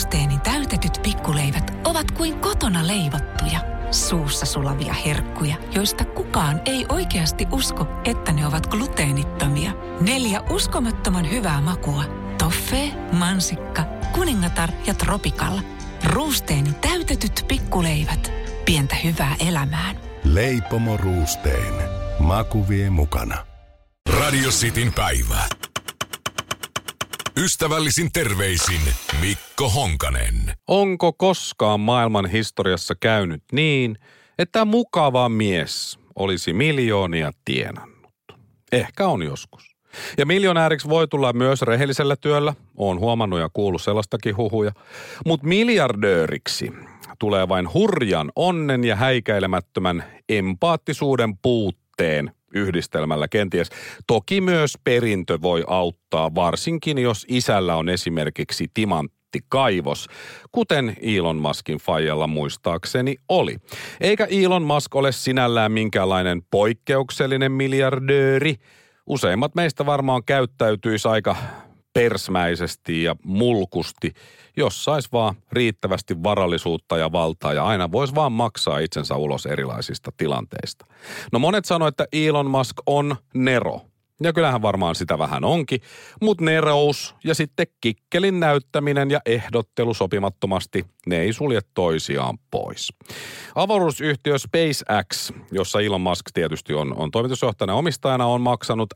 Ruusteeni täytetyt pikkuleivät ovat kuin kotona leivottuja. Suussa sulavia herkkuja, joista kukaan ei oikeasti usko, että ne ovat gluteenittomia. 4 uskomattoman hyvää makua. Toffee, mansikka, kuningatar ja tropikalla. Ruusteeni täytetyt pikkuleivät. Pientä hyvää elämään. Leipomo Ruusteen. Maku vie mukana. Radio Cityn päivä. Ystävällisin terveisin Mikko Honkanen. Onko koskaan maailman historiassa käynyt niin, että mukava mies olisi miljoonia tienannut? Ehkä on joskus. Ja miljonääriksi voi tulla myös rehellisellä työllä. Oon huomannut ja kuullut sellaistakin huhuja. Mutta miljardööriksi tulee vain hurjan onnen ja häikäilemättömän empaattisuuden puutteen yhdistelmällä kenties. Toki myös perintö voi auttaa, varsinkin jos isällä on esimerkiksi timanttikaivos, kuten Elon Muskin faijalla muistaakseni oli. Eikä Elon Musk ole sinällään minkäänlainen poikkeuksellinen miljardööri. Useimmat meistä varmaan käyttäytyisi aika persmäisesti ja mulkusti, jos sais vaan riittävästi varallisuutta ja valtaa ja aina vois vaan maksaa itsensä ulos erilaisista tilanteista. No monet sanoo, että Elon Musk on nero. Ja kyllähän varmaan sitä vähän onkin, mutta nerous ja sitten kikkelin näyttäminen ja ehdottelu sopimattomasti, ne ei sulje toisiaan pois. Avaruusyhtiö SpaceX, jossa Elon Musk tietysti on toimitusjohtajana omistajana, on maksanut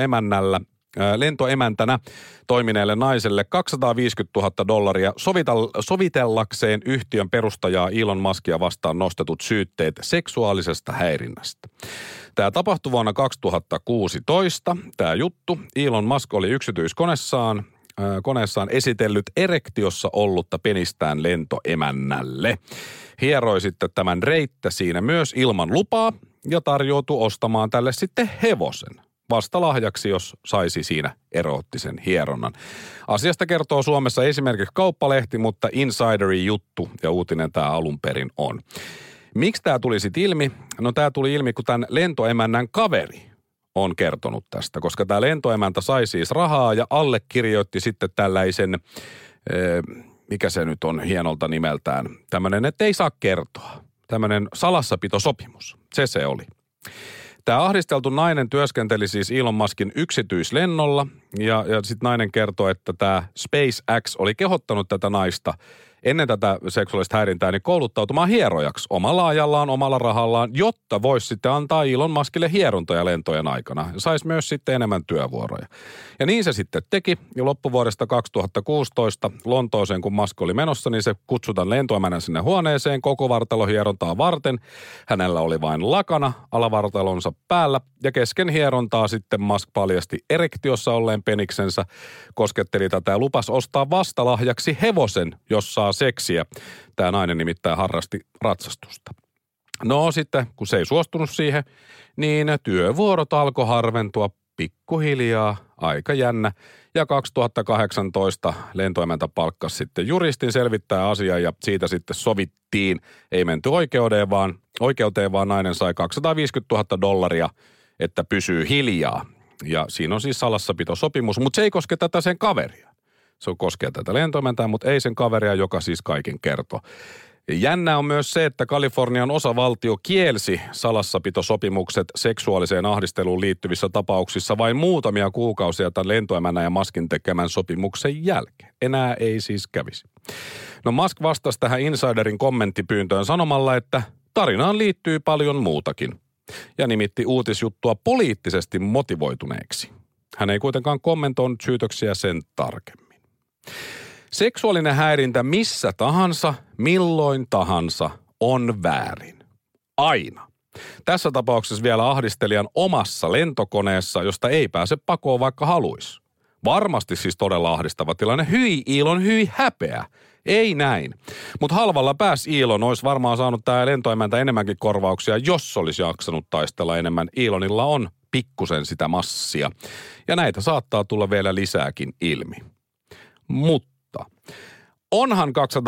lentoemäntänä toimineelle naiselle $250,000 sovitellakseen yhtiön perustajaa Elon Muskia vastaan nostetut syytteet seksuaalisesta häirinnästä. Tämä tapahtui vuonna 2016, tämä juttu. Elon Musk oli yksityiskoneessaan esitellyt erektiossa ollutta penistään lentoemännälle. Hieroi sitten tämän reittä siinä myös ilman lupaa ja tarjoutui ostamaan tälle sitten hevosen. Vastalahjaksi, jos saisi siinä eroottisen hieronnan. Asiasta kertoo Suomessa esimerkiksi Kauppalehti, mutta insiderin juttu ja uutinen tämä alun perin on. Miksi tämä tuli sitten ilmi? No tämä tuli ilmi, kun tämän lentoemännän kaveri on kertonut tästä, koska tämä lentoemäntä sai siis rahaa ja allekirjoitti sitten tällaisen, mikä se nyt on hienolta nimeltään, tämmöinen, että ei saa kertoa. Tämmöinen salassapitosopimus. Se oli. Tämä ahdisteltu nainen työskenteli siis Elon Muskin yksityislennolla ja sitten nainen kertoi, että tämä SpaceX oli kehottanut tätä naista ennen tätä seksuaalista häirintää niin kouluttautumaan hierojaksi omalla ajallaan, omalla rahallaan, jotta voisi sitten antaa Elon Muskille hierontoja lentojen aikana. Saisi myös sitten enemmän työvuoroja. Ja niin se sitten teki. Ja loppuvuodesta 2016 Lontooseen, kun Musk oli menossa, niin se kutsutaan lentoemännän sinne huoneeseen koko vartalohierontaa varten. Hänellä oli vain lakana alavartalonsa päällä ja kesken hierontaa sitten Musk paljasti erektiossa olleen peniksensä, kosketteli tätä ja lupasi ostaa vastalahjaksi hevosen, jos saa seksiä. Tämä nainen nimittäin harrasti ratsastusta. No sitten, kun se ei suostunut siihen, niin työvuorot alkoi harventua pikkuhiljaa, aika jännä. Ja 2018 lentoemäntä palkkasi sitten juristin selvittää asiaa ja siitä sitten sovittiin. Ei menty oikeuteen, vaan nainen sai $250,000, että pysyy hiljaa. Ja siinä on siis salassapitosopimus, mutta se ei koske tätä sen kaveria. Se koskee tätä lentoemäntää, mutta ei sen kaveria, joka siis kaiken kertoo. Jännä on myös se, että Kalifornian osavaltio kielsi salassapitosopimukset seksuaaliseen ahdisteluun liittyvissä tapauksissa vain muutamia kuukausia tämän lentoemännän ja Muskin tekemän sopimuksen jälkeen. Enää ei siis kävisi. No Musk vastasi tähän insiderin kommenttipyyntöön sanomalla, että tarinaan liittyy paljon muutakin. Ja nimitti uutisjuttua poliittisesti motivoituneeksi. Hän ei kuitenkaan kommentoinut syytöksiä sen tarkemmin. Seksuaalinen häirintä missä tahansa, milloin tahansa on väärin. Aina. Tässä tapauksessa vielä ahdistelijan omassa lentokoneessa, josta ei pääse pakoon vaikka haluisi. Varmasti siis todella ahdistava tilanne. Hyi Elon, hyi häpeä. Ei näin. Mutta halvalla Elon olisi varmaan saanut tämä lentoemäntä enemmänkin korvauksia, jos olisi jaksanut taistella enemmän. Elonilla on pikkusen sitä massia. Ja näitä saattaa tulla vielä lisääkin ilmi. Mutta onhan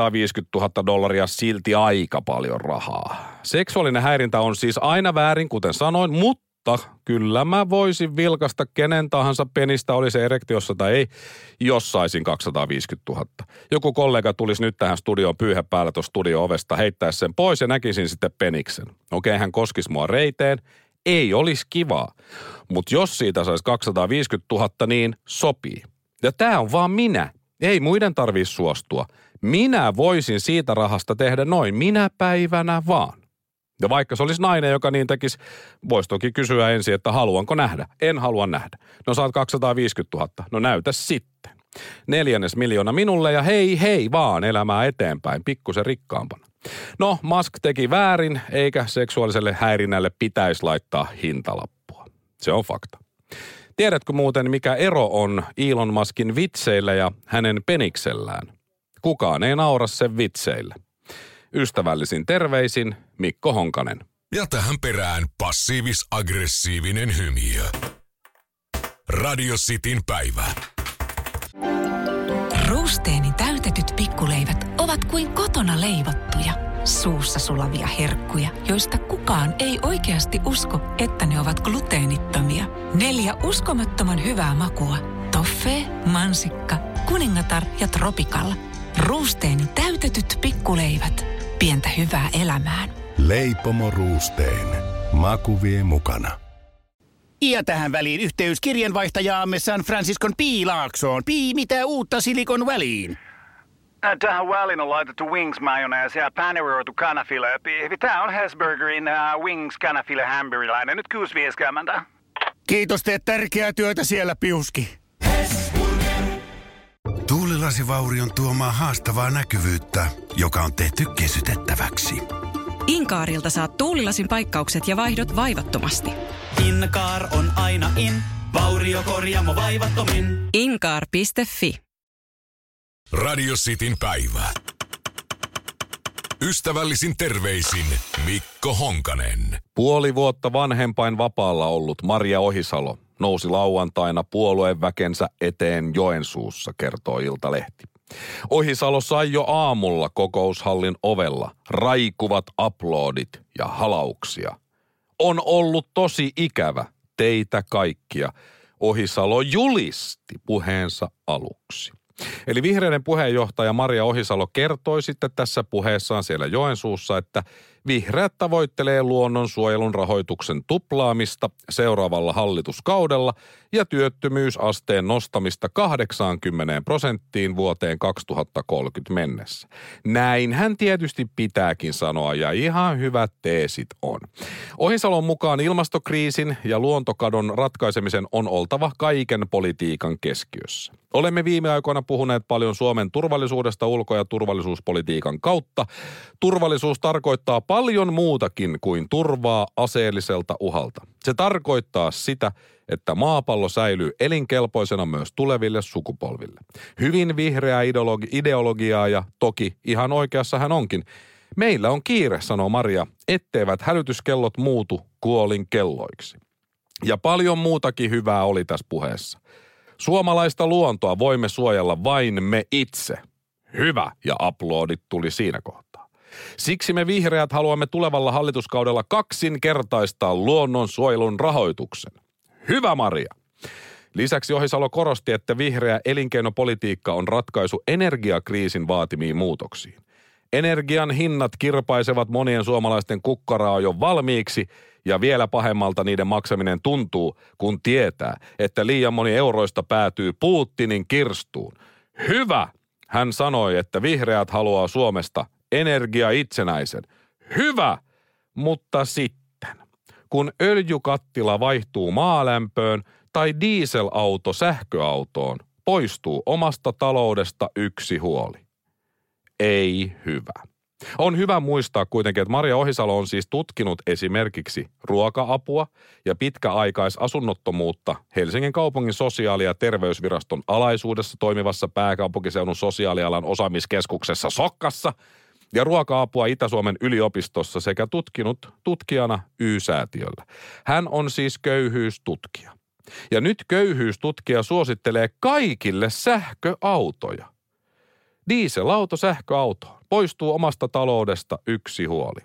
$250,000 silti aika paljon rahaa. Seksuaalinen häirintä on siis aina väärin, kuten sanoin, mutta mutta kyllä mä voisin vilkasta kenen tahansa penistä, oli se erektiossa tai ei, jos saisin 250 000. Joku kollega tulisi nyt tähän studioon pyyhä päällä tuossa studio-ovesta, heittäisi sen pois ja näkisin sitten peniksen. Okei, hän koskisi mua reiteen. Ei olisi kivaa, mutta jos siitä saisi 250 000, niin sopii. Ja tää on vaan minä. Ei muiden tarvitse suostua. Minä voisin siitä rahasta tehdä noin minä päivänä vaan. Ja vaikka se olisi nainen, joka niin tekisi, voisi toki kysyä ensin, että haluanko nähdä. En halua nähdä. No saat 250 000. No näytä sitten. 4 miljoona minulle ja hei vaan elämää eteenpäin, pikkusen rikkaampana. No, Musk teki väärin, eikä seksuaaliselle häirinnälle pitäisi laittaa hintalappua. Se on fakta. Tiedätkö muuten, mikä ero on Elon Muskin vitseillä ja hänen peniksellään? Kukaan ei naura sen vitseille. Ystävällisin terveisin Mikko Honkanen. Ja tähän perään passiivis-aggressiivinen hymiö. Radio Cityn päivä. Ruusteeni täytetyt pikkuleivät ovat kuin kotona leivottuja, suussa sulavia herkkuja, joista kukaan ei oikeasti usko, että ne ovat gluteenittomia. 4 uskomattoman hyvää makua. Toffee, mansikka, kuningatar ja tropikalla. Ruusteeni täytetyt pikkuleivät. Pientä hyvää elämään. Leipomo Roosteen. Maku vie mukana. Ja tähän väliin yhteys kirjanvaihtajaamme San Franciscon P. Laaksoon. Mitä uutta Silikon väliin? Tähän väliin on laitettu wings mayonnaise ja paneroitu kanafila. Tämä on Hesburgerin wings kanafila hamburilainen. Nyt 6.50. Kiitos, teet tärkeää työtä siellä, Piuski. Tuulilasivaurion tuomaa haastavaa näkyvyyttä, joka on tehty kesytettäväksi. Inkaarilta saat tuulilasin paikkaukset ja vaihdot vaivattomasti. Inkaar on aina in, vauriokorjaamo vaivattomin. Inkaar.fi. Radio Cityn päivä. Ystävällisin terveisin Mikko Honkanen. Puoli vuotta vanhempain vapaalla ollut Maria Ohisalo nousi lauantaina puolueväkensä eteen Joensuussa, kertoo Iltalehti. Ohisalo sai jo aamulla kokoushallin ovella raikuvat aplodit ja halauksia. On ollut tosi ikävä teitä kaikkia, Ohisalo julisti puheensa aluksi. Eli vihreiden puheenjohtaja Maria Ohisalo kertoi sitten tässä puheessaan siellä Joensuussa, että vihreät tavoittelee luonnonsuojelun rahoituksen tuplaamista seuraavalla hallituskaudella ja työttömyysasteen nostamista 80% vuoteen 2030 mennessä. Näinhän tietysti pitääkin sanoa ja ihan hyvät teesit on. Ohisalon mukaan ilmastokriisin ja luontokadon ratkaisemisen on oltava kaiken politiikan keskiössä. Olemme viime aikoina puhuneet paljon Suomen turvallisuudesta ulko- ja turvallisuuspolitiikan kautta. Turvallisuus tarkoittaa paljon muutakin kuin turvaa aseelliselta uhalta. Se tarkoittaa sitä, että maapallo säilyy elinkelpoisena myös tuleville sukupolville. Hyvin vihreää ideologiaa ja toki ihan oikeassa hän onkin. Meillä on kiire, sanoo Maria, etteivät hälytyskellot muutu kuolinkelloiksi. Ja paljon muutakin hyvää oli tässä puheessa. Suomalaista luontoa voimme suojella vain me itse. Hyvä, ja aplodit tuli siinä kohtaa. Siksi me vihreät haluamme tulevalla hallituskaudella kaksinkertaistaa luonnonsuojelun rahoituksen. Hyvä, Maria! Lisäksi Ohisalo korosti, että vihreä elinkeinopolitiikka on ratkaisu energiakriisin vaatimiin muutoksiin. Energian hinnat kirpaisevat monien suomalaisten kukkaraa jo valmiiksi ja vielä pahemmalta niiden maksaminen tuntuu, kun tietää, että liian moni euroista päätyy Putinin kirstuun. Hyvä! Hän sanoi, että vihreät haluaa Suomesta energiaitsenäisen. Hyvä! Mutta sitten, kun öljykattila vaihtuu maalämpöön tai dieselauto sähköautoon, poistuu omasta taloudesta yksi huoli. Ei hyvä. On hyvä muistaa kuitenkin, että Maria Ohisalo on siis tutkinut esimerkiksi ruoka-apua ja pitkäaikaisasunnottomuutta Helsingin kaupungin sosiaali- ja terveysviraston alaisuudessa toimivassa pääkaupunkiseudun sosiaalialan osaamiskeskuksessa Sokkassa ja ruoka-apua Itä-Suomen yliopistossa sekä tutkinut tutkijana Y-säätiöllä. Hän on siis köyhyystutkija. Ja nyt köyhyystutkija suosittelee kaikille sähköautoja. Dieselauto sähköauto. Poistuu omasta taloudesta yksi huoli.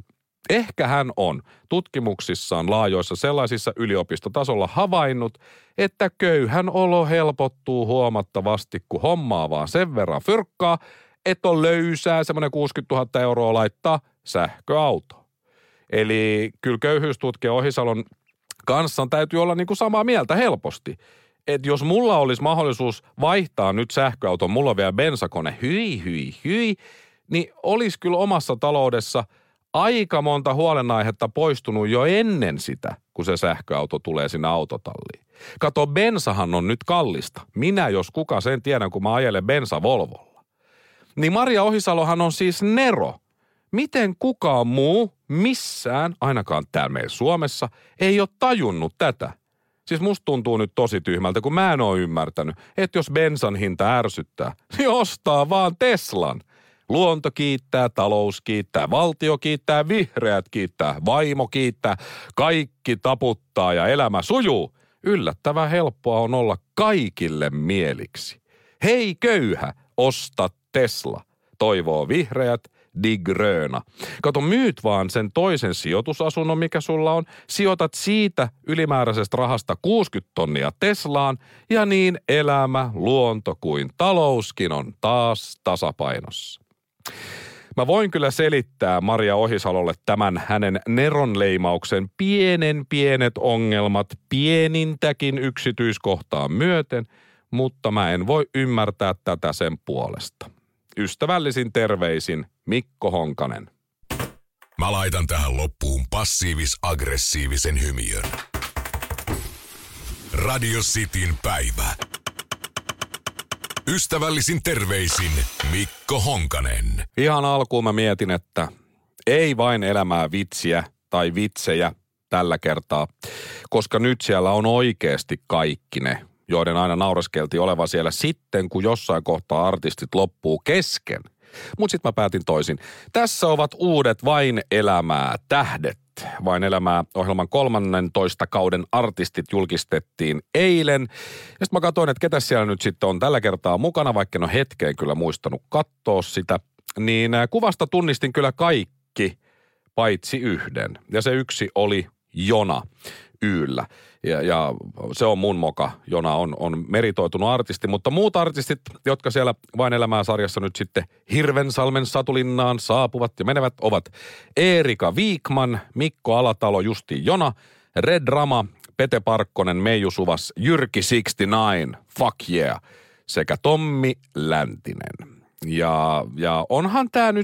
Ehkä hän on tutkimuksissaan laajoissa sellaisissa yliopistotasolla havainnut, että köyhän olo helpottuu huomattavasti, kun hommaa vaan sen verran fyrkkaa, että on löysää semmoinen 60 000 euroa laittaa sähköauto. Eli kyllä köyhyystutkija Ohisalon kanssa täytyy olla niin kuin samaa mieltä helposti. Että jos mulla olisi mahdollisuus vaihtaa nyt sähköauton, mulla on vielä bensakone, hyi, niin olisi kyllä omassa taloudessa aika monta huolenaihetta poistunut jo ennen sitä, kun se sähköauto tulee sinne autotalliin. Kato, bensahan on nyt kallista. Minä, jos kuka sen tiedän, kun mä ajelen bensa-Volvolla. Niin Maria Ohisalohan on siis nero. Miten kukaan muu missään, ainakaan täällä meillä Suomessa, ei ole tajunnut tätä? Siis musta tuntuu nyt tosi tyhmältä, kun mä en ole ymmärtänyt, että jos bensan hinta ärsyttää, niin ostaa vaan Teslan. Luonto kiittää, talous kiittää, valtio kiittää, vihreät kiittää, vaimo kiittää, kaikki taputtaa ja elämä sujuu. Yllättävän helppoa on olla kaikille mieliksi. Hei köyhä, osta Tesla, toivoo vihreät. Die Gröna. Kato, myyt vaan sen toisen sijoitusasunnon, mikä sulla on, sijoitat siitä ylimääräisestä rahasta 60 tonnia Teslaan, ja niin elämä, luonto kuin talouskin on taas tasapainossa. Mä voin kyllä selittää Maria Ohisalolle tämän hänen neronleimauksen pienet ongelmat pienintäkin yksityiskohtaa myöten, mutta mä en voi ymmärtää tätä sen puolesta. Ystävällisin terveisin Mikko Honkanen. Mä laitan tähän loppuun passiivis-aggressiivisen hymiön. Radio Cityn päivä. Ystävällisin terveisin Mikko Honkanen. Ihan alkuun mä mietin, että ei vain elämää vitsiä tai vitsejä tällä kertaa, koska nyt siellä on oikeasti kaikki ne, joiden aina naureskeltiin olevan siellä sitten, kun jossain kohtaa artistit loppuu kesken. Mutta sitten mä päätin toisin. Tässä ovat uudet Vain elämää tähdet. Vain elämää ohjelman 13 kauden artistit julkistettiin eilen. Ja sitten mä katsoin, että ketä siellä nyt sitten on tällä kertaa mukana, vaikka en ole hetkeen kyllä muistanut katsoa sitä. Niin kuvasta tunnistin kyllä kaikki, paitsi yhden. Ja se yksi oli Jona Yllä. Ja se on mun moka. Jona on meritoitunut artisti, mutta muut artistit, jotka siellä Vain elämää -sarjassa nyt sitten Hirvensalmen Satulinnaan saapuvat ja menevät, ovat Eerika Viikman, Mikko Alatalo, Justi Jona, Red Rama, Pete Parkkonen, Meiju Suvas, Jyrki 69, Fuck yeah, sekä Tommi Läntinen. Ja onhan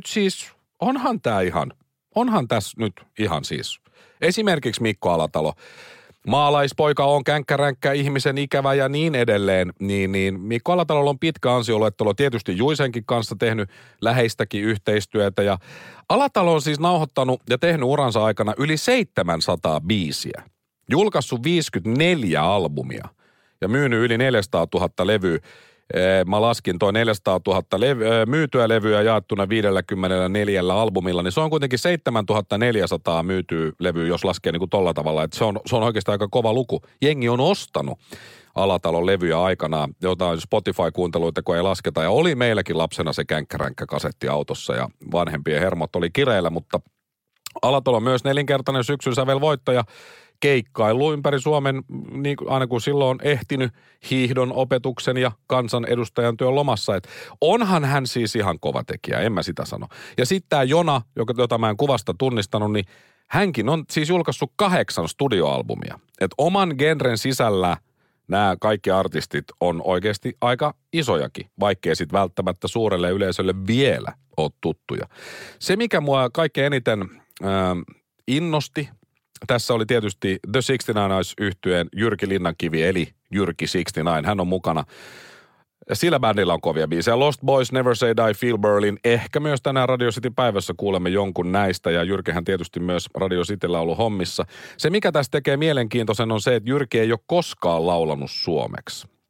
tässä nyt ihan siis. Esimerkiksi Mikko Alatalo. Maalaispoika on känkkäränkkä, ihmisen ikävä ja niin edelleen, niin Mikko Alatalolla on pitkä ansioluettelo, tietysti Juisenkin kanssa tehnyt läheistäkin yhteistyötä. Ja Alatalo on siis nauhoittanut ja tehnyt uransa aikana yli 700 biisiä, julkaissut 54 albumia ja myynyt yli 400 000 levyä. Mä laskin toi 400 000 myytyä levyä jaettuna 54 albumilla, niin se on kuitenkin 7400 myytyä levyä, jos laskee niin kuin tolla tavalla. Että se on oikeastaan aika kova luku. Jengi on ostanut Alatalon levyjä aikanaan, jotain Spotify-kuunteluita, kun ei lasketa. Ja oli meilläkin lapsena se känkkäränkkä-kasetti autossa ja vanhempien hermot oli kireillä, mutta Alatalo myös 4-kertainen syksyn sävelvoittaja. Keikkailu ympäri Suomen, niin aina kun silloin on ehtinyt hiihdon opetuksen ja kansanedustajan työn lomassa. Et onhan hän siis ihan kova tekijä, en mä sitä sano. Ja sitten tämä Jona, jota mä en kuvasta tunnistanut, niin hänkin on siis julkaissut 8 studioalbumia. Et oman genren sisällä nämä kaikki artistit on oikeasti aika isojakin, vaikkei sitten välttämättä suurelle yleisölle vielä ole tuttuja. Se, mikä mua kaikkein eniten innosti, tässä oli tietysti The 69ers-yhtyeen Jyrki Linnankivi, eli Jyrki 69. Hän on mukana. Sillä bändillä on kovia biisejä. Lost Boys, Never Say Die, Phil Berlin. Ehkä myös tänään Radio Cityn päivässä kuulemme jonkun näistä. Ja Jyrkihän tietysti myös Radio Cityllä ollut hommissa. Se, mikä tästä tekee mielenkiintoisen, on se, että Jyrki ei ole koskaan laulanut suomeksi.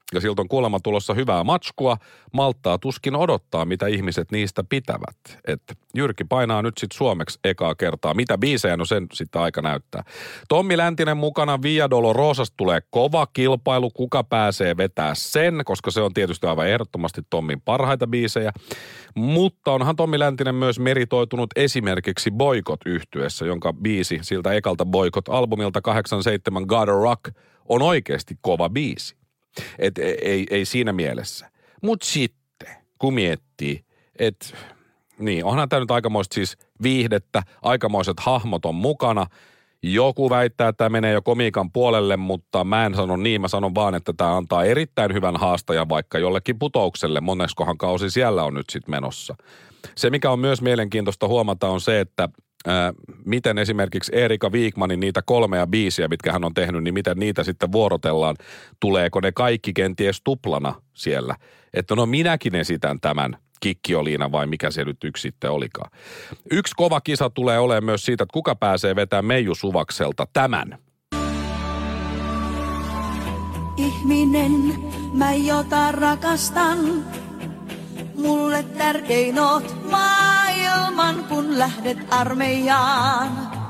Ja siltä on kuulemma tulossa hyvää matskua, malttaa tuskin odottaa, mitä ihmiset niistä pitävät. Että Jyrki painaa nyt sitten suomeksi ekaa kertaa. Mitä biisejä, no sen sitten aika näyttää. Tommi Läntinen mukana, Via Dolorosasta tulee kova kilpailu, kuka pääsee vetää sen, koska se on tietysti aivan ehdottomasti Tommin parhaita biisejä. Mutta onhan Tommi Läntinen myös meritoitunut esimerkiksi Boycott-yhtyessä, jonka biisi siltä ekalta Boycott-albumilta 87 God of Rock on oikeasti kova biisi. Et ei siinä mielessä. Mutta sitten, kun miettii, että niin, onhan tämä nyt aikamoista siis viihdettä, aikamoiset hahmot on mukana. Joku väittää, että tämä menee jo komiikan puolelle, mutta mä en sano niin, mä sanon vaan, että tämä antaa erittäin hyvän haastajan vaikka jollekin putoukselle. Moneskohan kausi siellä on nyt sitten menossa. Se, mikä on myös mielenkiintoista huomata, on se, että miten esimerkiksi Erika Wigmanin niitä 3 biisiä, mitkä hän on tehnyt, niin miten niitä sitten vuorotellaan. Tuleeko ne kaikki kenties tuplana siellä? Että no minäkin esitän tämän Kikki-Oliina vai mikä se nyt yksi sitten olikaan. Yksi kova kisa tulee olemaan myös siitä, että kuka pääsee vetämään Meiju Suvakselta tämän. Ihminen, mä jota rakastan, mulle tärkein oot maailman, kun lähdet armeijaan.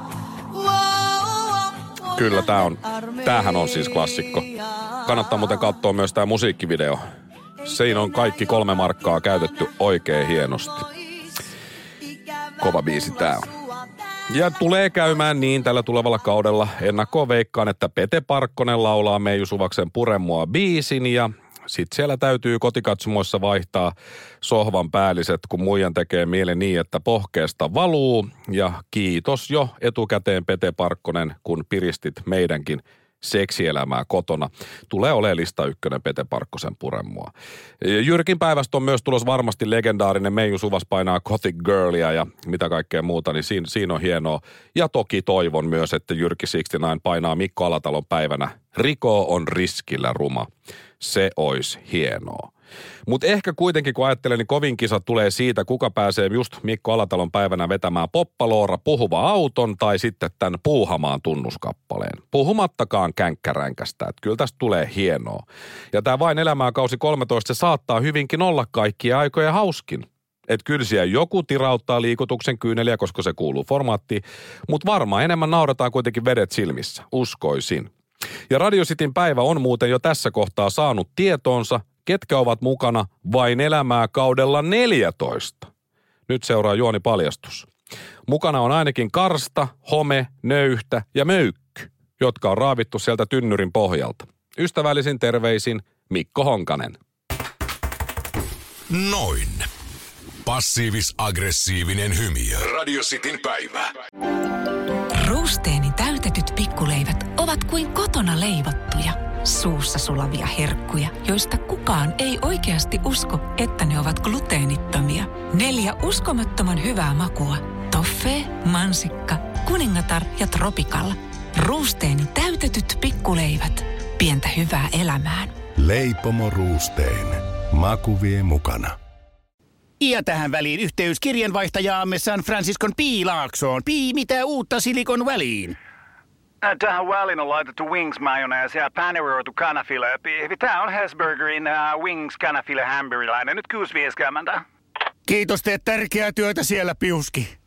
Kyllä, tämähän on siis klassikko. Kannattaa muuten katsoa myös tämä musiikkivideo. Siinä on kaikki 3 markkaa käytetty oikein hienosti. Kova biisi tää on. Ja tulee käymään niin tällä tulevalla kaudella. Ennakkoon veikkaan, että Pete Parkkonen laulaa Meiju Suvaksen Pure mua biisin ja sitten siellä täytyy kotikatsomoissa vaihtaa sohvan päälliset, kun muijan tekee mieli niin, että pohkeesta valuu. Ja kiitos jo etukäteen Pete Parkkonen, kun piristit meidänkin seksielämää kotona. Tulee olemaan lista 1 Pete Parkkosen Pure mua. Jyrkin päivästä on myös tulos varmasti legendaarinen Meiju Suvas painaa Gothic Girlia ja mitä kaikkea muuta, niin siinä on hienoa. Ja toki toivon myös, että Jyrki 69 painaa Mikko Alatalon päivänä Riko on riskillä ruma. Se olisi hienoa. Mutta ehkä kuitenkin, kun ajattelen, niin kovin kisa tulee siitä, kuka pääsee just Mikko Alatalon päivänä vetämään Poppaloora puhuva auton tai sitten tämän Puuhamaan tunnuskappaleen. Puhumattakaan känkkäränkästä, että kyllä tästä tulee hienoa. Ja tämä Vain elämää kausi 13, se saattaa hyvinkin olla kaikkia aikoja hauskin. Että kyllä siellä joku tirauttaa liikutuksen kyyneliä, koska se kuuluu formaattiin, mutta varmaan enemmän naurataan kuitenkin vedet silmissä, uskoisin. Ja Radio Cityn päivä on muuten jo tässä kohtaa saanut tietoonsa, ketkä ovat mukana Vain elämää kaudella 14. Nyt seuraa juonipaljastus. Mukana on ainakin Karsta, Home, Nöyhtä ja Möykky, jotka on raavittu sieltä tynnyrin pohjalta. Ystävällisin terveisin Mikko Honkanen. Noin. Passiivis-aggressiivinen hymiö. Radio Cityn päivä. Ruusteeni täytetyt pikkuleivät ovat kuin kotona leivottuja, suussa sulavia herkkuja, joista kukaan ei oikeasti usko, että ne ovat gluteenittomia. 4 uskomattoman hyvää makua. Toffee, mansikka, kuningatar ja tropikalla. Ruusteeni täytetyt pikkuleivät. Pientä hyvää elämään. Leipomo Ruusteen. Maku vie mukana. Ja tähän väliin yhteys kirjanvaihtajaamme San Franciscon P. Laaksoon. Mitä uutta Silikon väliin? Tähän väliin on laitettu wings mayonnaise ja paneroitu kanafila. Tämä on Hesburgerin wings kanafila hamburilainen. Nyt 6.50. Kiitos, teet tärkeää työtä siellä, Piuski.